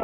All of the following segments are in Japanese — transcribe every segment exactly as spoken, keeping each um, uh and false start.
ひ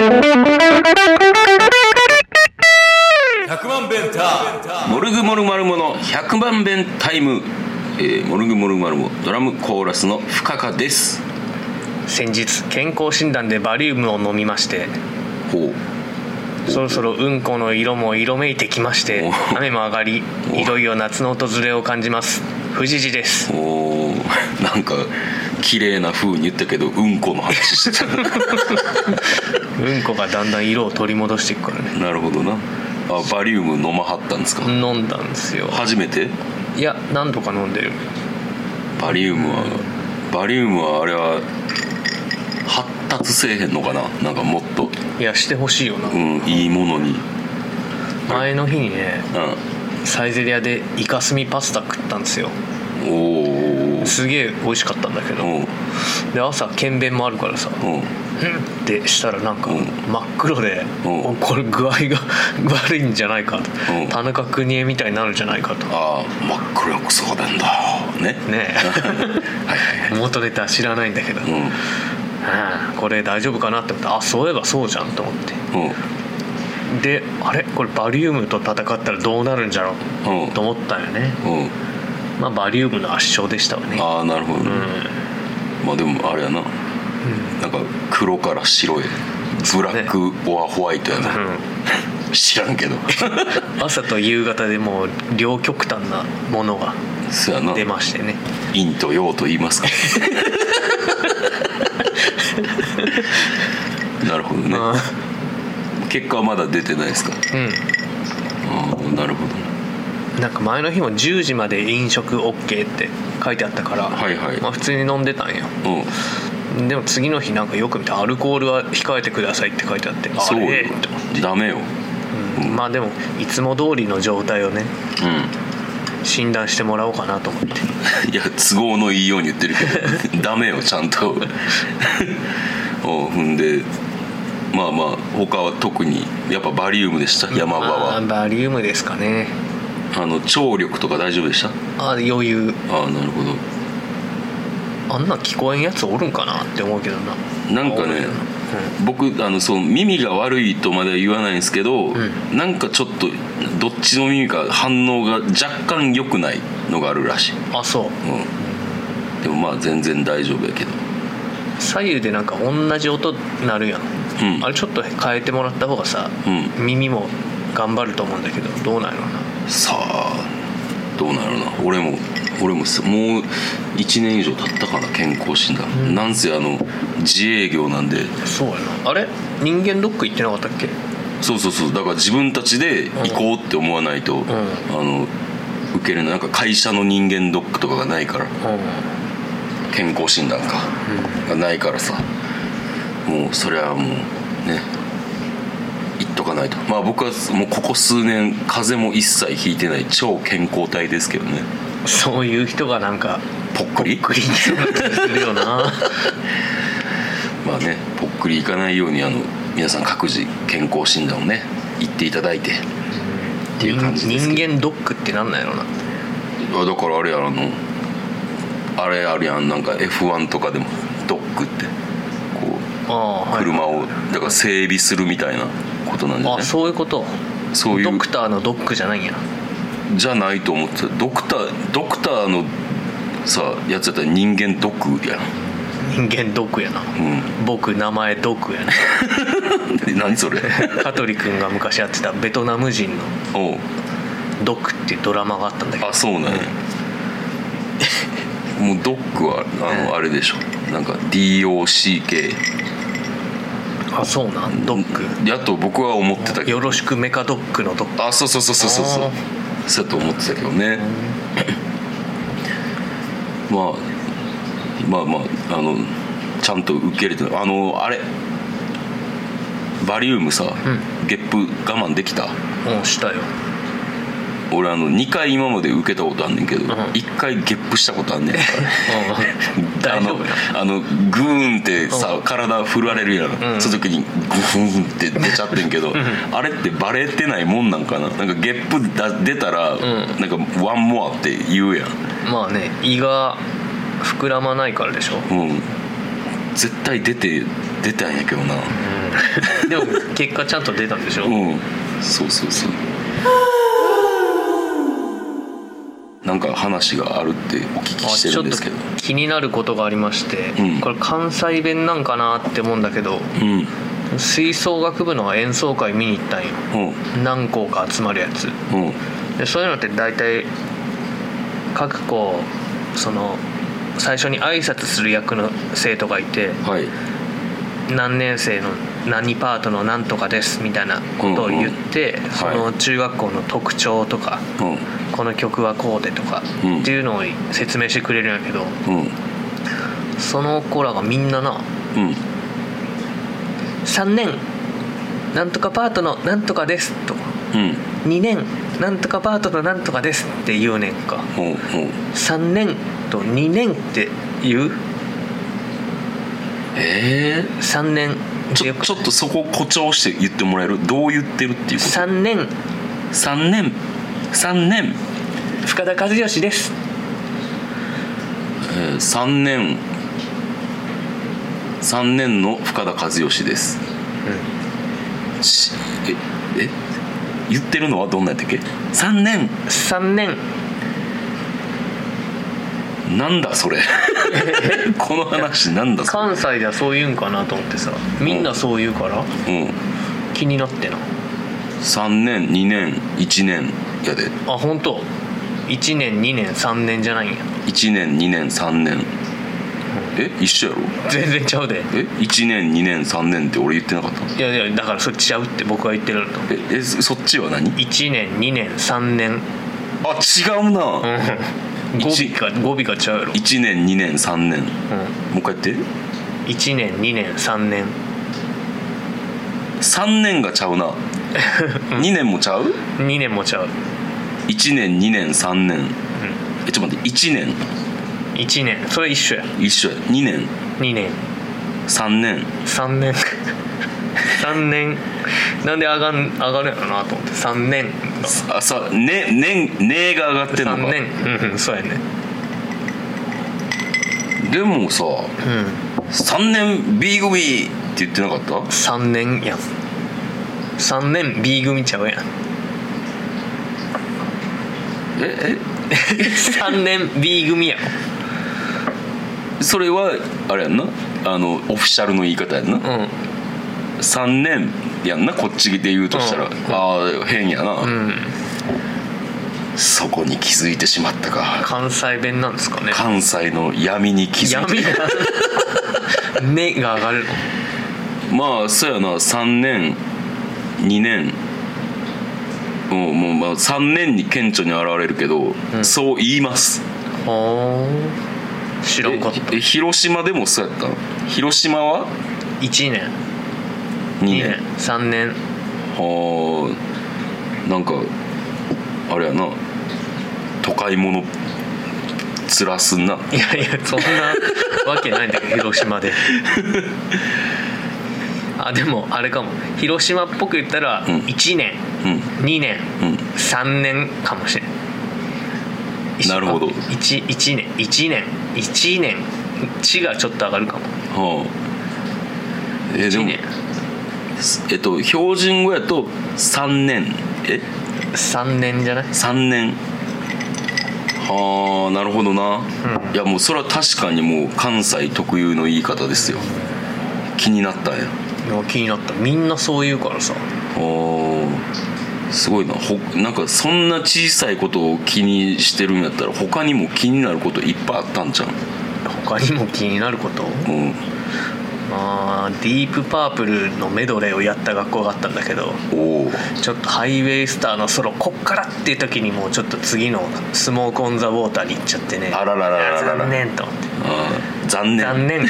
ゃくまん弁タモルグモルマルモのひゃくまん弁タイム、えー、モルグモルマルモドラムコーラスの深川です。 先日健康診断でバリウムを飲みまして、 ほうそろそろうんこの色も色めいてきまして、雨も上がり、いよいよ夏の訪れを感じます。藤次です。 おなんか綺麗な風に言ったけどうんこの話してたうんこがだんだん色を取り戻していくからね。 なるほどな。あ、バリウム飲まはったんですか？ 飲んだんですよ。 初めて？ いや、何度か飲んでる。 バリウムは、うん、バリウムはあれは発達せえへんのかな。なんかもっといやしてほしいよな。 うん、いいものに。 前の日にね、 うん、 サイゼリヤでイカスミパスタ食ったんですよ。 おお。すげえ美味しかったんだけど、で朝検便もあるからさ、うんってしたらなんか真っ黒で、これ具合が悪いんじゃないかと、田中邦衛みたいになるんじゃないかと。 ああ、真っ黒くそうなんだね。 ねえ元ネタ知らないんだけど、うん、あこれ大丈夫かなって思って、あそういえばそうじゃんと思って、うん、であれこれバリウムと戦ったらどうなるんじゃろう、うん、と思ったよね、うんまあ、バリウムの圧勝でしたわね。 ああなるほど、ねうん、まあでもあれやな、うん、なんか黒から白へブラックオアホワイトやな、うん、知らんけど朝と夕方でもう両極端なものが出ましてね。 陰と陽と言いますかなるほどね。結果はまだ出てないですか？うんあなるほど。 なんか前の日もじゅうじまで飲食 OK って書いてあったから、はいはいまあ、普通に飲んでたんよ、うん、でも次の日なんかよく見てアルコールは控えてくださいって書いてあって、 そうよあれって思って。 ダメよ、 うんうん、まあでもいつも通りの状態をね、うん、診断してもらおうかなと思っていや都合のいいように言ってるけどダメよちゃんとおほんでまあまあ他は特にやっぱバリウムでした。山場は、 まあ、バリウムですかね。 あの聴力とか大丈夫でした？ あ余裕。 ああなるほど。 あんな聞こえんやつおるんかなって思うけどな。 なんかね、うん、僕あのそう耳が悪いとまでは言わないんですけど、うん、なんかちょっとどっちの耳か反応が若干良くないのがあるらしい。 あそう、うん、でもまあ全然大丈夫やけど。 左右でなんか同じ音なるやん、うん、あれちょっと変えてもらった方がさ、うん、耳も頑張ると思うんだけどどうなんやろうな。 さあどうなるな。俺も俺ももういちねん以上経ったから健康診断、うん、なんせあの自営業なんで。 そうやな。あれ人間ドック行ってなかったっけ？ そうそうそう。だから自分たちで行こうって思わないと、うん、あの受けれない。なんか会社の人間ドックとかがないから、うん、健康診断か、うん、がないからさ、もうそれはもうね言っとかないと。まあ僕はもうここ数年風邪も一切ひいてない超健康体ですけどね。 そういう人がなんかぽっくりぽっくりするよなまあねぽっくりいかないようにあの皆さん各自健康診断をね行っていただいてっていう感じですけど。 人間ドックってなんなんやろな。 だからあれやあのあれあるやんなんか エフワン とかでもドックってこうあ、車をだから整備するみたいなことなんじゃない？ あそういうこと。そういうドクターのドックじゃないんや。 じゃないと思ってた。ドクタードクターのさやつやったら人間ドックやん。 人間ドックやな、うん、僕名前ドックやな何それ香取君が昔やってたベトナム人のドックっていうドラマがあったんだけど。 あそうなんや、うん、もうドックはあの、うん、あれでしょなんか ディーオーシーケー。 あそうなんドックやと僕は思ってたけど。 よろしくメカドックのドック。 あそうそうそうそうそうそうやと思ってたけどね、うん、まあまあまああのちゃんと受け入れてあのあれバリウムさ、うん、ゲップ我慢できた？ うんしたよ。 俺あのにかい今まで受けたことあんねんけど、うん、いっかいゲップしたことあんねん大丈夫あのグーンってさ、うん、体振られるやん、うん、その時にグーンって出ちゃってんけど、うん、あれってバレてないもんなんかな。なんかゲップ出たら、うん、なんかワンモアって言うやん。 まあね胃が膨らまないからでしょ。 うん絶対出て出たんやけどな、 うん、でも結果ちゃんと出たんでしょ。 うんそうそうそう。なんか話があるってお聞きしてるんですけど、 ちょっと気になることがありまして、 うん、これ関西弁なんかなって思うんだけど、うん、吹奏楽部の演奏会見に行ったんよ、うん、何校か集まるやつ、うん、でそういうのって大体各校その最初に挨拶する役の生徒がいて、はい、何年生の何パートの何とかですみたいなことを言って、うんうん、その中学校の特徴とか、はい、この曲はこうでとか、うん、っていうのを説明してくれるんやけど、うん、その子らがみんなな、うん、さんねんなんとかパートのなんとかですとか、うん、にねんなんとかパートのなんとかですって言うねんか、うんうん、さんねんとにねんって言う。 えー、 さんねんちょ、ちょっとそこ誇張して言ってもらえる。どう言ってるっていうこと。 さんねんさんねんさんねん深田和義です、 えー、さんねんさんねんの深田和義です、うん、しええ言ってるのはどんなやったっけ。さんねんさんねんなんだそれこの話なんだそれ。 関西ではそう言うんかなと思ってさ、みんなそう言うから、うん、気になってな。 さんねんにねんいちねんやで。 あ本当。いちねんにねんさんねんじゃないんや。 いちねんにねんさんねん、うん、え一緒やろ。 全然ちゃうで。 えいちねんにねんさんねんって俺言ってなかった。 いやいやだからそっちちゃうって僕は言ってるのと。 ええそっちは何。 いちねんにねんさんねん。 あ違うな、うん語尾が語尾が違うやろ。 いちねんにねんさんねん、うん、もう一回言って。 いちねんにねんさんねんさんねんがちゃうなにねんもちゃう。 にねんもちゃう。 いちねんにねんさんねん、うん、えちょっと待っていちねんいちねんそれ一緒や。 一緒や。にねんにねんさんねんさんねんさんねんなんで上がん上がるやろなと思って。さんねんあさね年ねが上がってんのか。 さんねんうんそうやね。 でもさ、うん、さんねん B 組って言ってなかった。 さんねんやん。さんねん B 組ちゃうやん。 ええさんねん B 組やろ。 それはあれやんな、あのオフィシャルの言い方やんな、うんさんねんやんなこっちで言うとしたら、うん、ああ変やな、うん、そこに気づいてしまったか。 関西弁なんですかね。 関西の闇に気づいて。 闇ねが上がるの。まあそうやな。さんねんにねんもう、もうまあさんねんに顕著に現れるけど、うん、そう言います。 はあ知らんかった。 え広島でもそうやったの。広島はいちねんにねんさんねん。 はあなんかあれやな都会者つらすんな。 いやいやそんなわけないんだけど広島であでもあれかも。広島っぽく言ったらいちねん、うん、にねん、うん、さんねんかもしれん。 なるほど。 1, 1年いちねんいちねん地がちょっと上がるかも。はあえー、でもえっと標準語やとさんねんえさんねんじゃない。 さんねんはあなるほどな、うん、いやもうそれは確かにもう関西特有の言い方ですよ。気になったんや。 いや気になった。みんなそう言うからさ。 あすごいな。ほなんかそんな小さいことを気にしてるんやったら他にも気になることいっぱいあったんじゃん。 他にも気になること、うんまあ、ディープパープルのメドレーをやった学校があったんだけど、おちょっとハイウェイスターのソロこっからっていう時にもうちょっと次のスモークオンザウォーターに行っちゃってね。 あらららららら残念と思って。 あ残念残念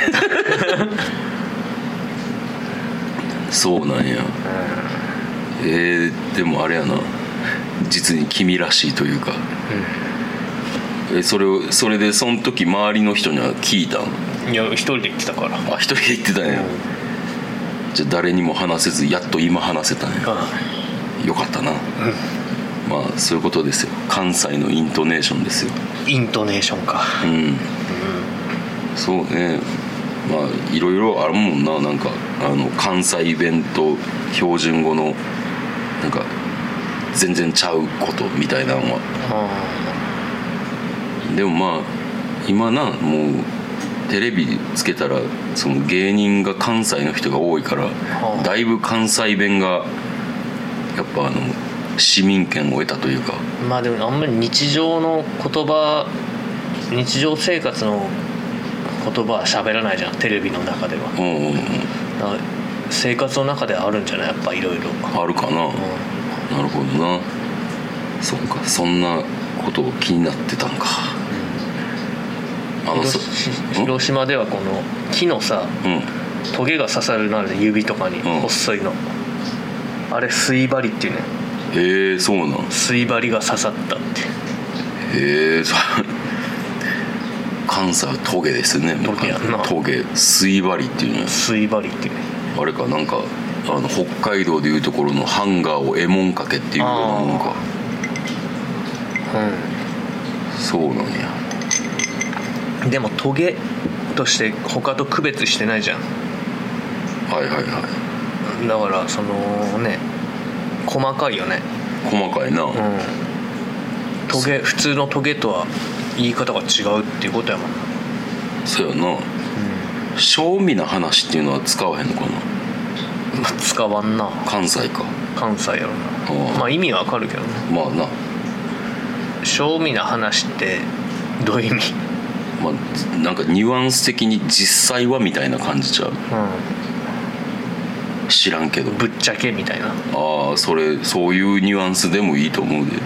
そうなんや、うん、えー、でもあれやな実に君らしいというか、うん、えそれをそれでその時周りの人には聞いたん。 いや一人で行ってたから。 あ一人で行ってたんや、うん、じゃあ誰にも話せずやっと今話せたんや、うん、よかったな、うん、まあそういうことですよ。関西のイントネーションですよ。 イントネーションか。うん、うん、 そうね。 まあいろいろあるもんな。なんかあの関西弁と標準語のなんか全然ちゃうことみたいなのは。でもまあ今な、もうテレビつけたらその芸人が関西の人が多いから、だいぶ関西弁がやっぱあの市民権を得たというか。 まあでもあんまり日常の言葉、日常生活の言葉は喋らないじゃん、テレビの中では。うんうんうん。だから生活の中ではあるんじゃない、やっぱいろいろあるかな、うん、なるほどな。そっか、そんなことを気になってたんか。 あの広島ではこの木のさ、うん、トゲが刺さるなる指とかに、うん、細いの、あれ水針っていうね。 へえ、そうなん。 水針が刺さったって。 へえ、関西はトゲですね。 トゲやんな。 トゲ、水針っていうね。 水針っていうね。 あれか、なんかあの北海道でいうところのハンガーをえもんかけっていうようなもんか。うん、そうなんや。 でもトゲとして他と区別してないじゃん。 はいはいはい。 だからそのね、細かいよね。 細かいな。うん。 トゲ、普通のトゲとは言い方が違うっていうことやもんな。 そうやな。うん。正味な話っていうのは使わへんのかな。 まあ、使わんな。 関西か。 関西やろな。あまあ意味はわかるけどね。まあな。 正味な話ってどういう意味？ まあ、なんかニュアンス的に実際はみたいな感じちゃう、うん、知らんけど、 ぶっちゃけみたいな。 ああ、それそういうニュアンスでもいいと思うで、うん、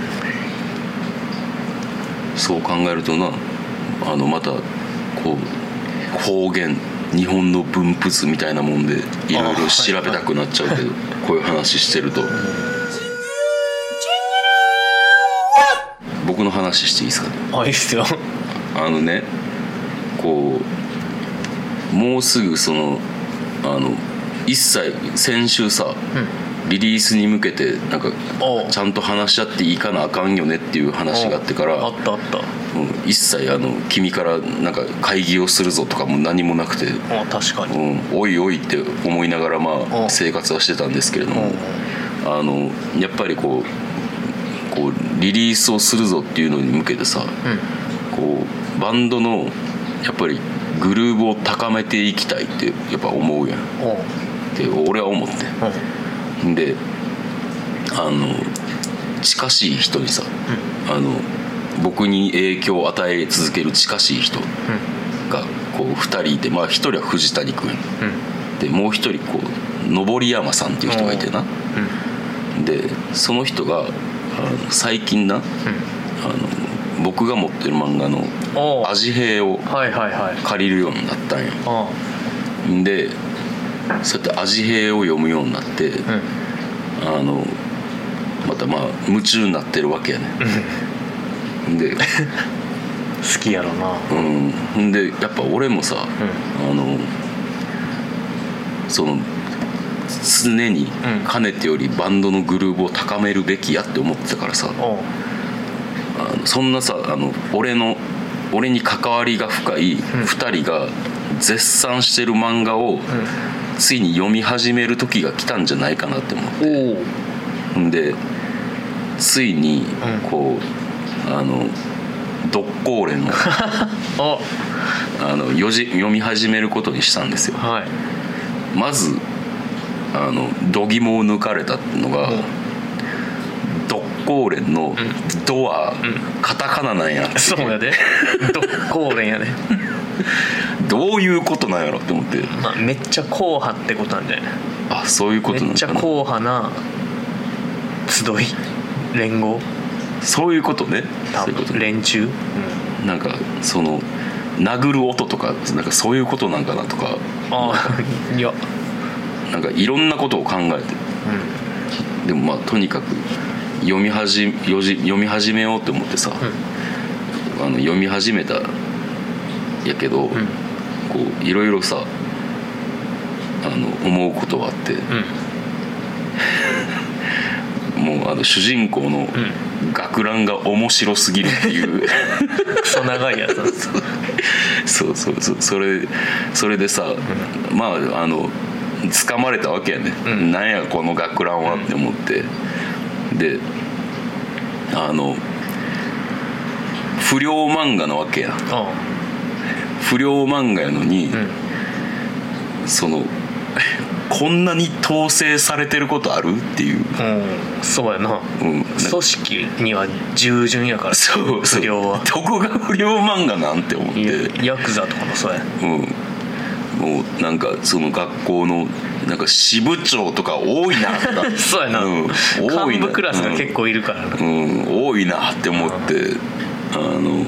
そう考えるとな、あのまたこう方言、日本の分布図みたいなもんでいろいろ調べたくなっちゃうけど、はいはい、こういう話してると、うん、僕の話していいですかね。 あ、いいっすよ。 あのね、こうもうすぐそのあの一切先週さ、うん、リリースに向けてなんかちゃんと話し合っていかなあかんよねっていう話があってから、 あったあった、 うん、一切あの君からなんか会議をするぞとかも何もなくて、 あ、確かに、 うん、おいおいって思いながらまあ生活はしてたんですけれども、あのやっぱりこうこうリリースをするぞっていうのに向けてさ、うん、こうバンドのやっぱりグルーヴを高めていきたいってやっぱ思うやんって俺は思って、うん、であの近しい人にさ、うん、あの僕に影響を与え続ける近しい人がこうふたりいて、まあひとりは藤谷君、うん、でもうひとりこう登山さんっていう人がいてな、うん、でその人があの最近な、うん、あの僕が持ってる漫画の「アジヘイ」を借りるようになったんよ、はいはいはい、でそうやって「アジヘイ」を読むようになって、うん、あのまたまあ夢中になってるわけやね、うん、で好きやろな。 うんでやっぱ俺もさ、うん、あのその常にかねてよりバンドのグルーヴを高めるべきやって思ってたからさ、あのそんなさ、あの俺の俺に関わりが深いふたりが絶賛してる漫画をついに読み始める時が来たんじゃないかなって思って、んでついにこう、あの独行連をあのよじ読み始めることにしたんですよ、はい、まずあの度肝を抜かれたのが、うん、独行連のドは、うん、カタカナなんや。 そうやで独行連やでどういうことなんやろって思って、 まあ、めっちゃ硬派ってことなんじゃない。 あ、そういうことなんめっちゃ硬派な集い、連合、 そういうことね。 多分そういうことね、連中、 うん、なんかその殴る音とかなんかそういうことなんかなとか、 ああいやなんかいろんなことを考えて、うん、でもまあとにかく読み始め読み始めようって思ってさ、うん、あの読み始めたやけど、うん、こういろいろさあの思うことがあって、うん、もうあの主人公の学ランが面白すぎるっていう、 クソ長いやつそうそうそう、それそれでさ、うん、まああの掴まれたわけやね、うん、なんやこの学ランはって思って、うん、であの不良漫画なわけや、不良漫画やのに、うん、そのこんなに統制されてることあるっていう、 うん、そうやな、うん、組織には従順やから、 そう不良はどこが不良漫画なんて思って、 ヤクザとかもそうや、 うん、もうなんかその学校のなんか支部長とか多いなそうやな、うん、多いな、幹部クラスが結構いるからな、 うん、うん、多いなって思って、うん、あの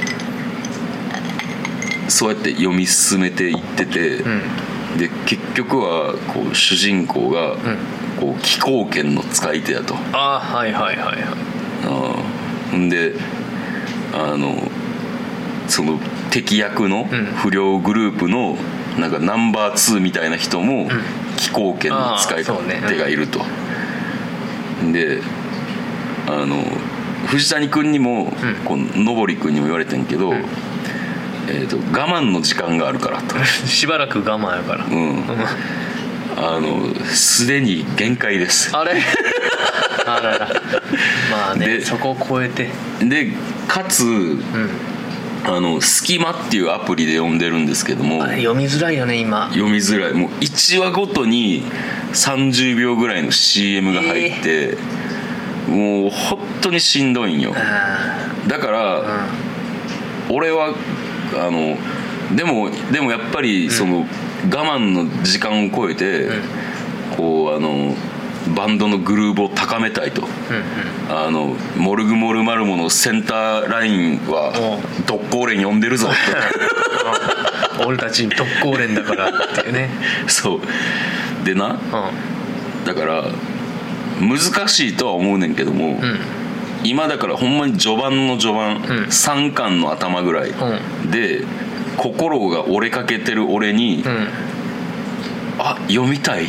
そうやって読み進めていってて、うん、で結局はこう主人公がこう気功剣の使い手やと、 ああはいはいはいはい、 あんであのその敵役の不良グループのなんかナンバーツーみたいな人も気功剣の使い手がいると、うん、であの藤谷君にも、こうのぼり君にも言われてんけど、うん、えーと、我慢の時間があるからとしばらく我慢やから、うん、 あのすでに限界です、 あれあらら、まあね、そこを超えて、 でかつ、うん、あのスキマっていうアプリで読んでるんですけども、 あれ読みづらいよね今、 読みづらい、もういちわごとにさんじゅうびょうぐらいの シーエム が入って、えー、もう本当にしんどいんよ、だから、うん、俺はあのでもでもやっぱりその、うん、我慢の時間を超えて、うん、こうあのバンドのグルーヴを高めたいと、うんうん、あのモルグモルマルモのセンターラインは特攻連呼んでるぞって俺たち特攻連だからっていうねそうでな、うん、だから難しいとは思うねんけども、うん、今だからほんまに序盤の序盤、うん、さんかんの頭ぐらい、うん、で心が折れかけてる俺に、うん、あ読みたいって、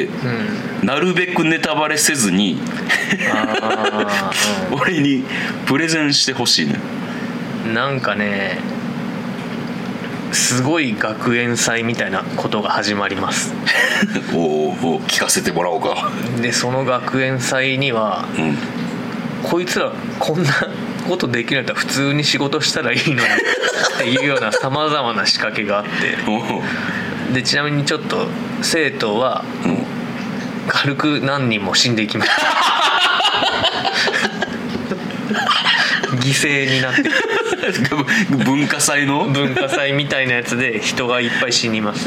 うん、なるべくネタバレせずにあ、うん、俺にプレゼンしてほしいね。 なんかねすごい学園祭みたいなことが始まりますおお聞かせてもらおうか。 でその学園祭には、うん、こいつらこんなことできないと普通に仕事したらいいのにっていうようなさまざまな仕掛けがあってでちなみにちょっと生徒は、うん、軽く何人も死んでいきました犠牲になって文化祭の文化祭みたいなやつで人がいっぱい死にます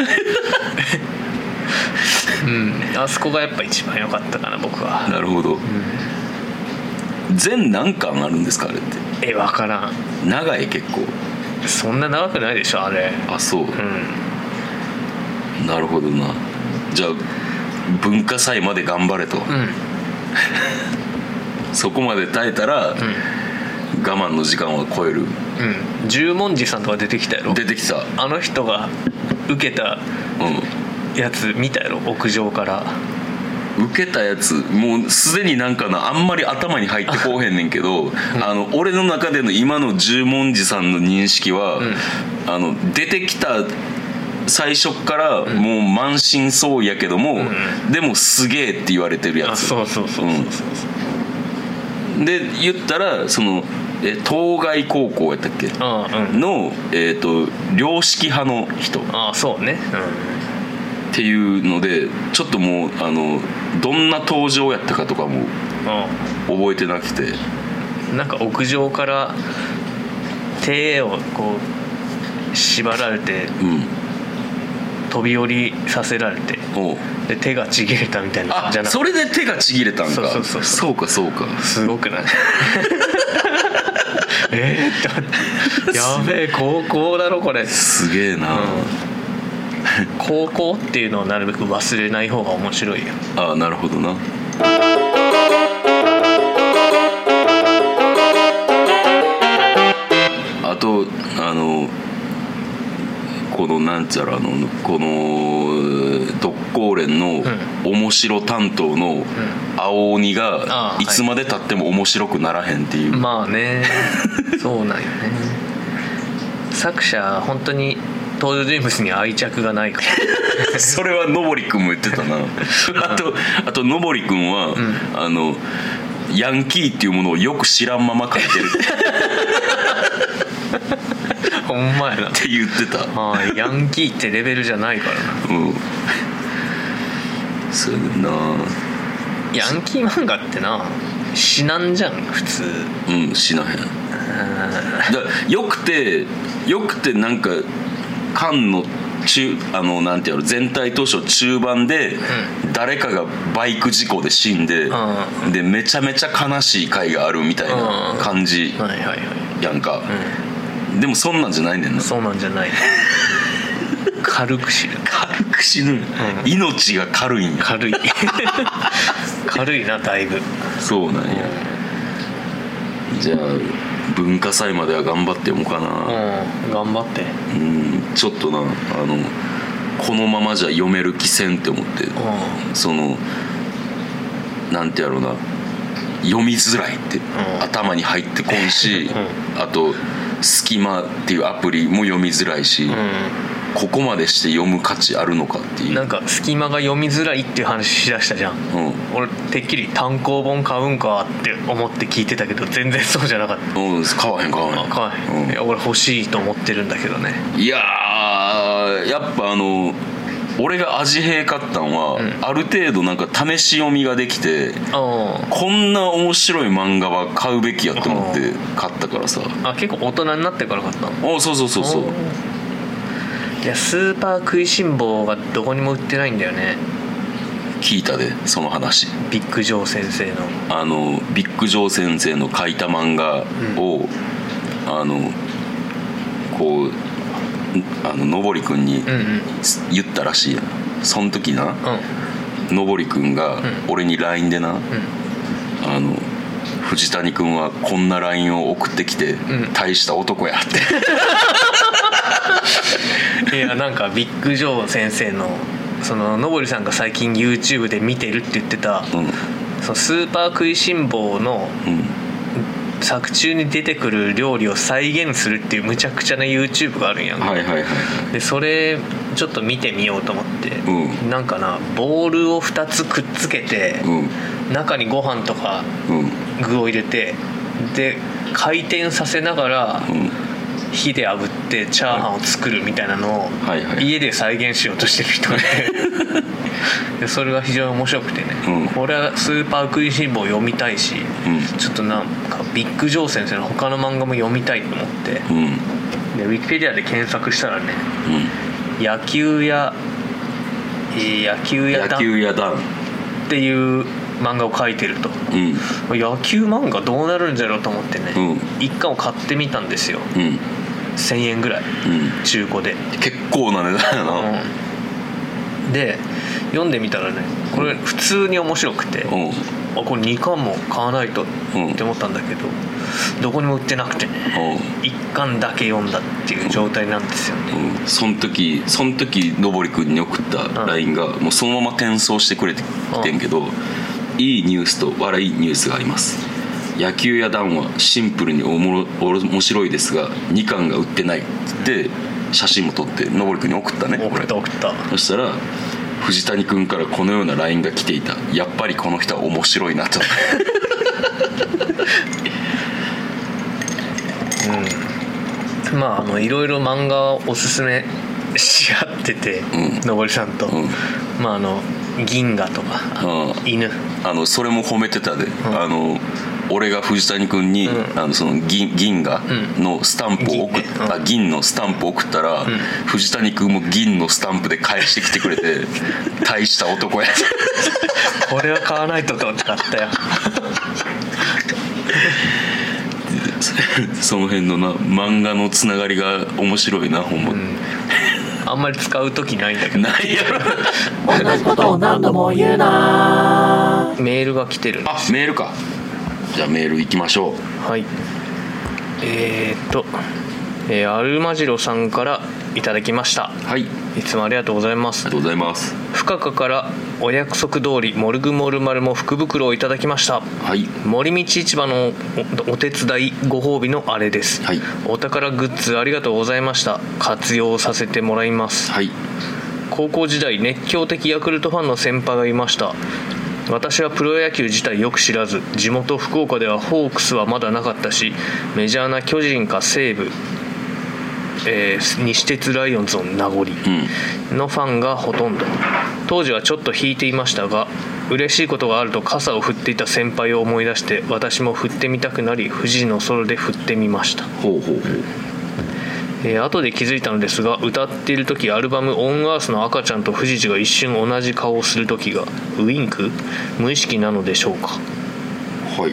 うん、あそこがやっぱ一番良かったかな僕は。 なるほど、うん、全何巻あるんですかあれって。 え分からん。 長い結構。 そんな長くないでしょあれ。 あそう、うん、なるほどな。じゃあ文化祭まで頑張れと、うん、そこまで耐えたら、うん、我慢の時間は超える。 うん、十文字さんとか出てきたやろ。 出てきた。 あの人が受けたやつ見たやろ屋上から。 受けたやつもうすでになんかなあんまり頭に入ってこうへんねんけど、うん、あの俺の中での今の十文字さんの認識は、うん、あの出てきた最初からもう満身創痍やけども、うん、でもすげえって言われてるやつ。あそうそうそうそうそう、 うん、で言ったらそのえ東海高校やったっけあ、うん、の、えーと、良識派の人。 あそうね、 うん、っていうのでちょっともうあのどんな登場やったかとかも覚えてなくて、 なんか屋上から手をこう縛られて、うん、飛び降りさせられてで手がちぎれたみたいな。 あじゃなそれで手がちぎれたんか。 そうそうそうそうそうかそうか。 すごくないえーってやべえ高校だろこれ。 すげえな、うん、 高校っていうのをなるべく忘れない方が面白いよ。 ああなるほどな。あとあのこのなんちゃらのこの特攻連の面白担当の青鬼がいつまでたっても面白くならへんっていう、 まあねそうなんよね作者本当に登場人物に愛着がないからそれはのぼりくんも言ってたなあとあとのぼりくんは、うん、あのヤンキーっていうものをよく知らんまま書いてるほんまやなって言ってた。 あヤンキーってレベルじゃないからな。うんそうやな。 ヤンキー漫画ってな死なんじゃん普通。 うん死なへん。だよくてよくてなんか巻の中あのなんていうの全体当初中盤で誰かがバイク事故で死んで、うん、でめちゃめちゃ悲しい回があるみたいな感じやんか、うん、でもそんなんじゃないねんな。 そうなんじゃない軽く死ぬ軽く死ぬ、うん、命が軽いんや。 軽い軽いなだいぶ。 そうなんや、うん、じゃあ文化祭までは頑張って読もうかな。 うん頑張って。 うんちょっとなあのこのままじゃ読める気せんって思って、うん、そのなんてやろうな読みづらいって、うん、頭に入ってこんし、うん、あとスキマっていうアプリも読みづらいし、うん、ここまでして読む価値あるのかっていう。 なんかスキマが読みづらいっていう話しだしたじゃん、うん、俺てっきり単行本買うんかって思って聞いてたけど全然そうじゃなかった。 うん買わへん買わへん買わへん、うん、いや俺欲しいと思ってるんだけどね。 いやーやっぱあの俺が味変買ったんは、うん、ある程度なんか試し読みができてこんな面白い漫画は買うべきやと思って買ったからさ。 あ結構大人になってから買ったの。 あそうそうそうそう。 いやスーパー食いしん坊がどこにも売ってないんだよね。 聞いたでその話。 ビッグジョー先生のあのビッグジョー先生の書いた漫画を、うん、あのこうあののぼりくんに言ったらしいや、うんうん、その時な、うん、のぼりくんが俺に ライン でな、うん、あの藤谷くんはこんな ライン を送ってきて、うん、大した男やっていやなんかビッグジョー先生のそののぼりさんが最近 YouTube で見てるって言ってた、うん、そのスーパー食いしん坊の、うん作中に出てくる料理を再現するっていうむちゃくちゃな YouTube があるんやん、 はいはいはい、 でそれちょっと見てみようと思って、うん、なんかなボールをふたつくっつけて、うん、中にご飯とか具を入れて、うん、で回転させながら、うん、火で炙ってチャーハンを作るみたいなのを家で再現しようとしてる人で、でそれが非常に面白くてね、うん、これはスーパー食いしん坊読みたいし、うん、ちょっとなんかビッグジョー先生の他の漫画も読みたいと思って、うん、でウィキペディアで検索したらね、うん、野球や、えー、野球や野球やダンっていう漫画を描いてると、うん、野球漫画どうなるんじゃろうと思ってね、うん、一巻を買ってみたんですよ、うん、せんえんぐらい、うん、中古で。 結構な値段やな、 うん、で読んでみたらねこれ普通に面白くて、うん、あこれにかんも買わないとって思ったんだけど、うん、どこにも売ってなくてね、うん、いっかんだけ読んだっていう状態なんですよね、 うん、その時その時のぼりくんに送った ライン がもうそのまま転送してくれてきてんけど、うん、いいニュースと悪いニュースがあります。野球やダンはシンプルにおもろ面白いですがにかんが売ってないって写真も撮ってのぼりくんに送ったね。 送った送った。 そしたら藤谷くんからこのような ライン が来ていた。やっぱりこの人は面白いなとうん、まああのいろいろ漫画をおすすめし合ってて、うん、のぼりさんと、うん、まああの銀河とか、うん、犬あのそれも褒めてたで、うん、あの俺が藤谷君に、うん、あのその 銀, 銀河のスタンプを送っ、うん、あ銀のスタンプを送ったら、うん、藤谷君も銀のスタンプで返してきてくれて大した男やこれは買わないとと思って買ったよその辺のな漫画のつながりが面白いなほんま、うん、 あんまり使う時ないんだけどないやろ同じことを何度も言うな。 メールが来てるんです。 あメールか。じゃあメール行きましょう。 はい。えー、っと、えー、アルマジロさんからいただきました。 はい、 いつもありがとうございます。 ありがとうございます。 深川からお約束通りモルグモルマルも福袋をいただきました。 はい、 森道市場の お, お手伝いご褒美のあれです、 はい、 お宝グッズありがとうございました。活用させてもらいます。 はい、 高校時代熱狂的ヤクルトファンの先輩がいました。私はプロ野球自体よく知らず、地元福岡ではホークスはまだなかったし、メジャーな巨人か西武、えー、西鉄ライオンズの名残のファンがほとんど。当時はちょっと引いていましたが、嬉しいことがあると傘を振っていた先輩を思い出して、私も振ってみたくなり、富士のソロで振ってみました。 ほうほうほう。 えー、後で気づいたのですが、歌っている時アルバム「オンアース」の赤ちゃんと藤次が一瞬同じ顔をする時がウインク無意識なのでしょうか。 はい、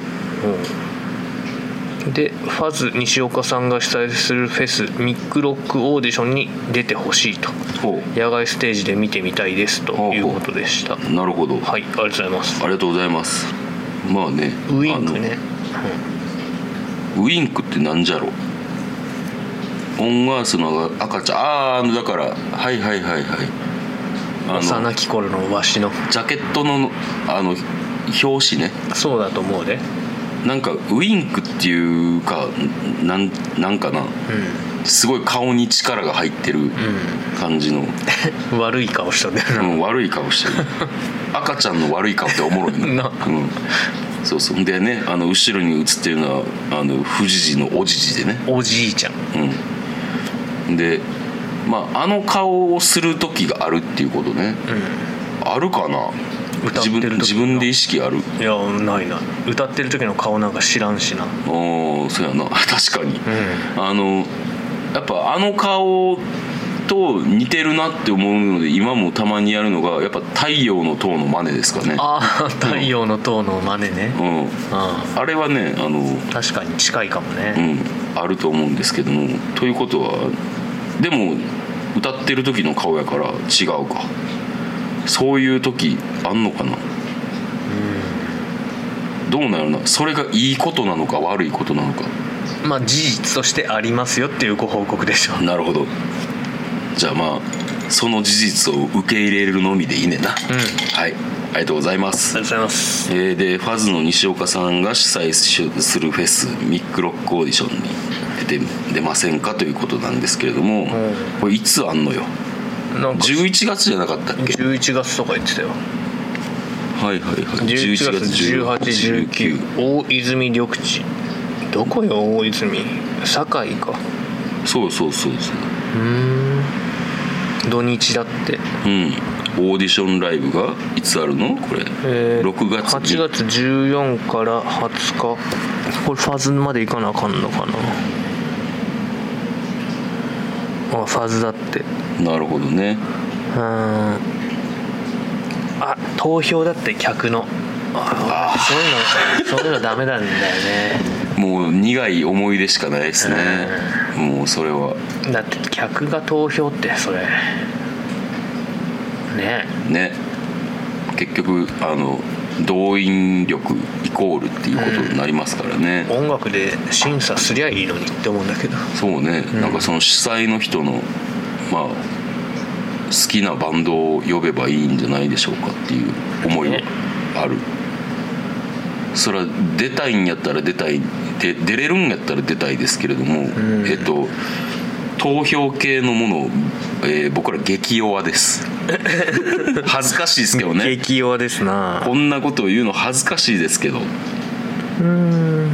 うん、でファズ西岡さんが主催するフェスミックロックオーディションに出てほしいと、野外ステージで見てみたいですということでした。 なるほど、 はい、ありがとうございます。 ありがとうございます。まあね、 ウインクね、 うん、ウインクってなんじゃろう。オンアースの赤ちゃん、ああだからはいはいはいはい、 あの幼き頃のわしのジャケットのあの表紙ね。 そうだと思うで。 なんかウインクっていうかなん、なんかな、うん、すごい顔に力が入ってる感じの、 うん、悪い顔してるね、 うん、悪い顔してる赤ちゃんの悪い顔っておもろいな、うん、そうそうでね、あの後ろに映ってるのはあの富士寺のおじじでね、 おじいちゃん、 うん、でまああの顔をする時があるっていうことね、うん、あるかな。 歌ってる時の自分で意識ある？ いやないな。歌ってる時の顔なんか知らんしな。 おーそうやな確かに、うん、あのやっぱあの顔と似てるなって思うので今もたまにやるのがやっぱ太陽の塔の真似ですかね。 ああ太陽の塔の真似ね、うん、 あ, あれはねあの確かに近いかもね、 うん、あると思うんですけども、ということはでも歌ってる時の顔やから違うか、そういう時あんのかな、うん、どうなるな。それがいいことなのか悪いことなのか、 まあ事実としてありますよっていうご報告でしょう。 なるほど。じゃあまあその事実を受け入れるのみでいいねんな、うん、はい、ありがとうございます。 ありがとうございます。 えー、でファズの西岡さんが主催するフェスミックロックオーディションに出て出ませんかということなんですけれども、うん、これいつあんのよ。なんかじゅういちがつじゃなかったっけ。 じゅういちがつとか言ってたよ。 はいはいはい、 じゅういちがつじゅうはち、じゅうく大泉緑地、どこよ大泉、堺か。 そうそうそうそう、 うーん土日だって。 うん、オーディションライブがいつあるのこれ、えー、ろくがつにはちがつじゅうよっかからはつか、これファズまで行かなあかんのかな。あファズだって。 なるほどね。 うん、あ投票だって客の、ああそういうのそういうのダメなんだよね。 もう苦い思い出しかないですね、うん、もうそれはだって客が投票ってそれねね、結局あの動員力イコールっていうことになりますからね、 うん、音楽で審査すりゃいいのにって思うんだけど。 そうね、うん、なんかその主催の人のまあ好きなバンドを呼べばいいんじゃないでしょうかっていう思いはある、ね、それは出たいんやったら出たいで出れるんやったら出たいですけれども、うん、えっと投票系のものを、えー、僕ら激弱です恥ずかしいですけどね。 激弱ですな。 こんなことを言うの恥ずかしいですけど。 うーん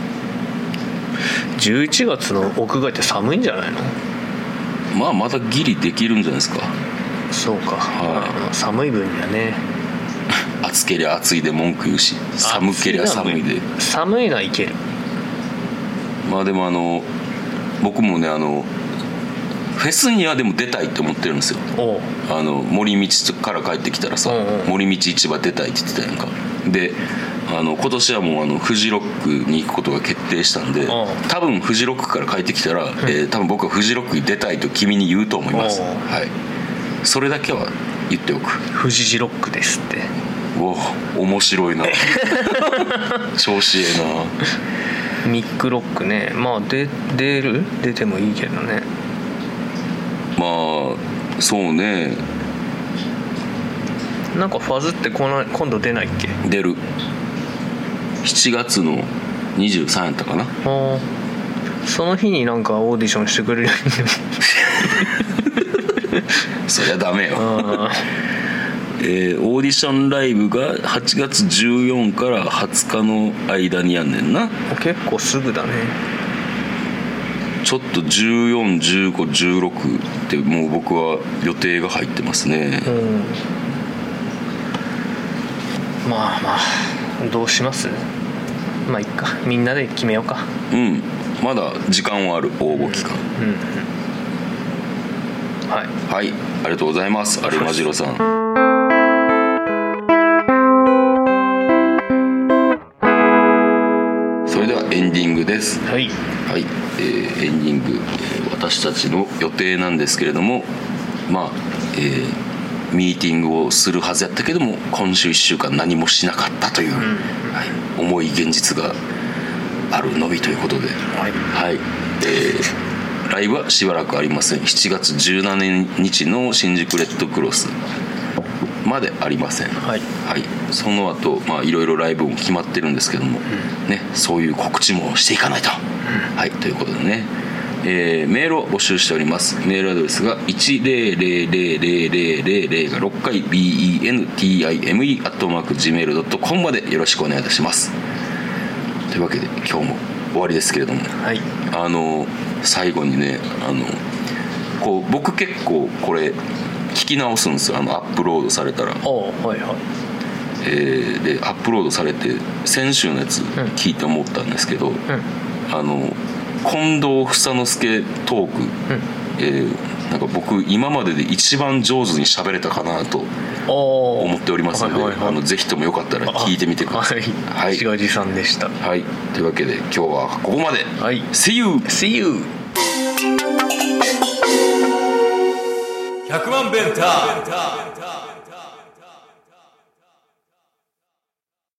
じゅういちがつの屋外って寒いんじゃないの。 まあまだギリできるんじゃないですか。 そうか、はい、寒い分にはね。 暑けりゃ暑いで文句言うし、寒けりゃ寒いで。 寒いのはいける。 まあでもあの僕もねあのフェスにはでも出たいって思ってるんですよ。あの森道から帰ってきたらさ、森道市場出たいって言ってたやんか。であの今年はもうあのフジロックに行くことが決定したんで、多分フジロックから帰ってきたら、うん、えー、多分僕はフジロックに出たいと君に言うと思います。はい、それだけは言っておく。 フジロックですって。 お面白いな調子ええな。ミックロックね、まあで出る出てもいいけどね。 まあそうね。 なんかファズってこの今度出ないっけ？ 出る。しちがつのにじゅうさんやったかな。 あ、その日になんかオーディションしてくれるそりゃダメよ。えー、オーディションライブがはちがつじゅうよっかからはつかの間にやんねんな。 結構すぐだね。 ちょっとじゅうよん、じゅうご、じゅうろくってもう僕は予定が入ってますね。 うん、まあまあどうします？まあいっか、みんなで決めようか。 うん、まだ時間はある、応募期間。 うん、うん、はいはい、ありがとうございます、アルマジロさん。それではエンディングです。 はい、 はい、えー、エンディング、えー、私たちの予定なんですけれども、まあ、えーミーティングをするはずやったけども今週いっしゅうかん何もしなかったという、うん、はい、重い現実があるのみということで、はい、はい、えー、ライブはしばらくありません。しちがつじゅうしちにちの新宿レッドクロスまでありません。はい、はい、その後まあいろいろライブも決まってるんですけども、うん、ね、そういう告知もしていかないと、うん、はい、ということでね、えー、メールを募集しております。メールアドレスがいちゼロゼロゼロゼロゼロゼロゼロがろっかい ビーイーエヌティーアイエムイー アットマーク ジーメールドットコム までよろしくお願いいたします。というわけで今日も終わりですけれども、はい、あの最後にね、あのこう僕結構これ聞き直すんですよ、あのアップロードされたら。あ、はいはい、えー、でアップロードされて先週のやつ聞いて思ったんですけど、うん、あの近藤房之助トーク、うん、えー、なんか僕今までで一番上手に喋れたかなと思っておりますので、はいはいはい、あのぜひともよかったら聞いてみてください。 はい、しがじさんでした。 はい、というわけで今日はここまで。はい、See you! See you! ひゃくまんベンター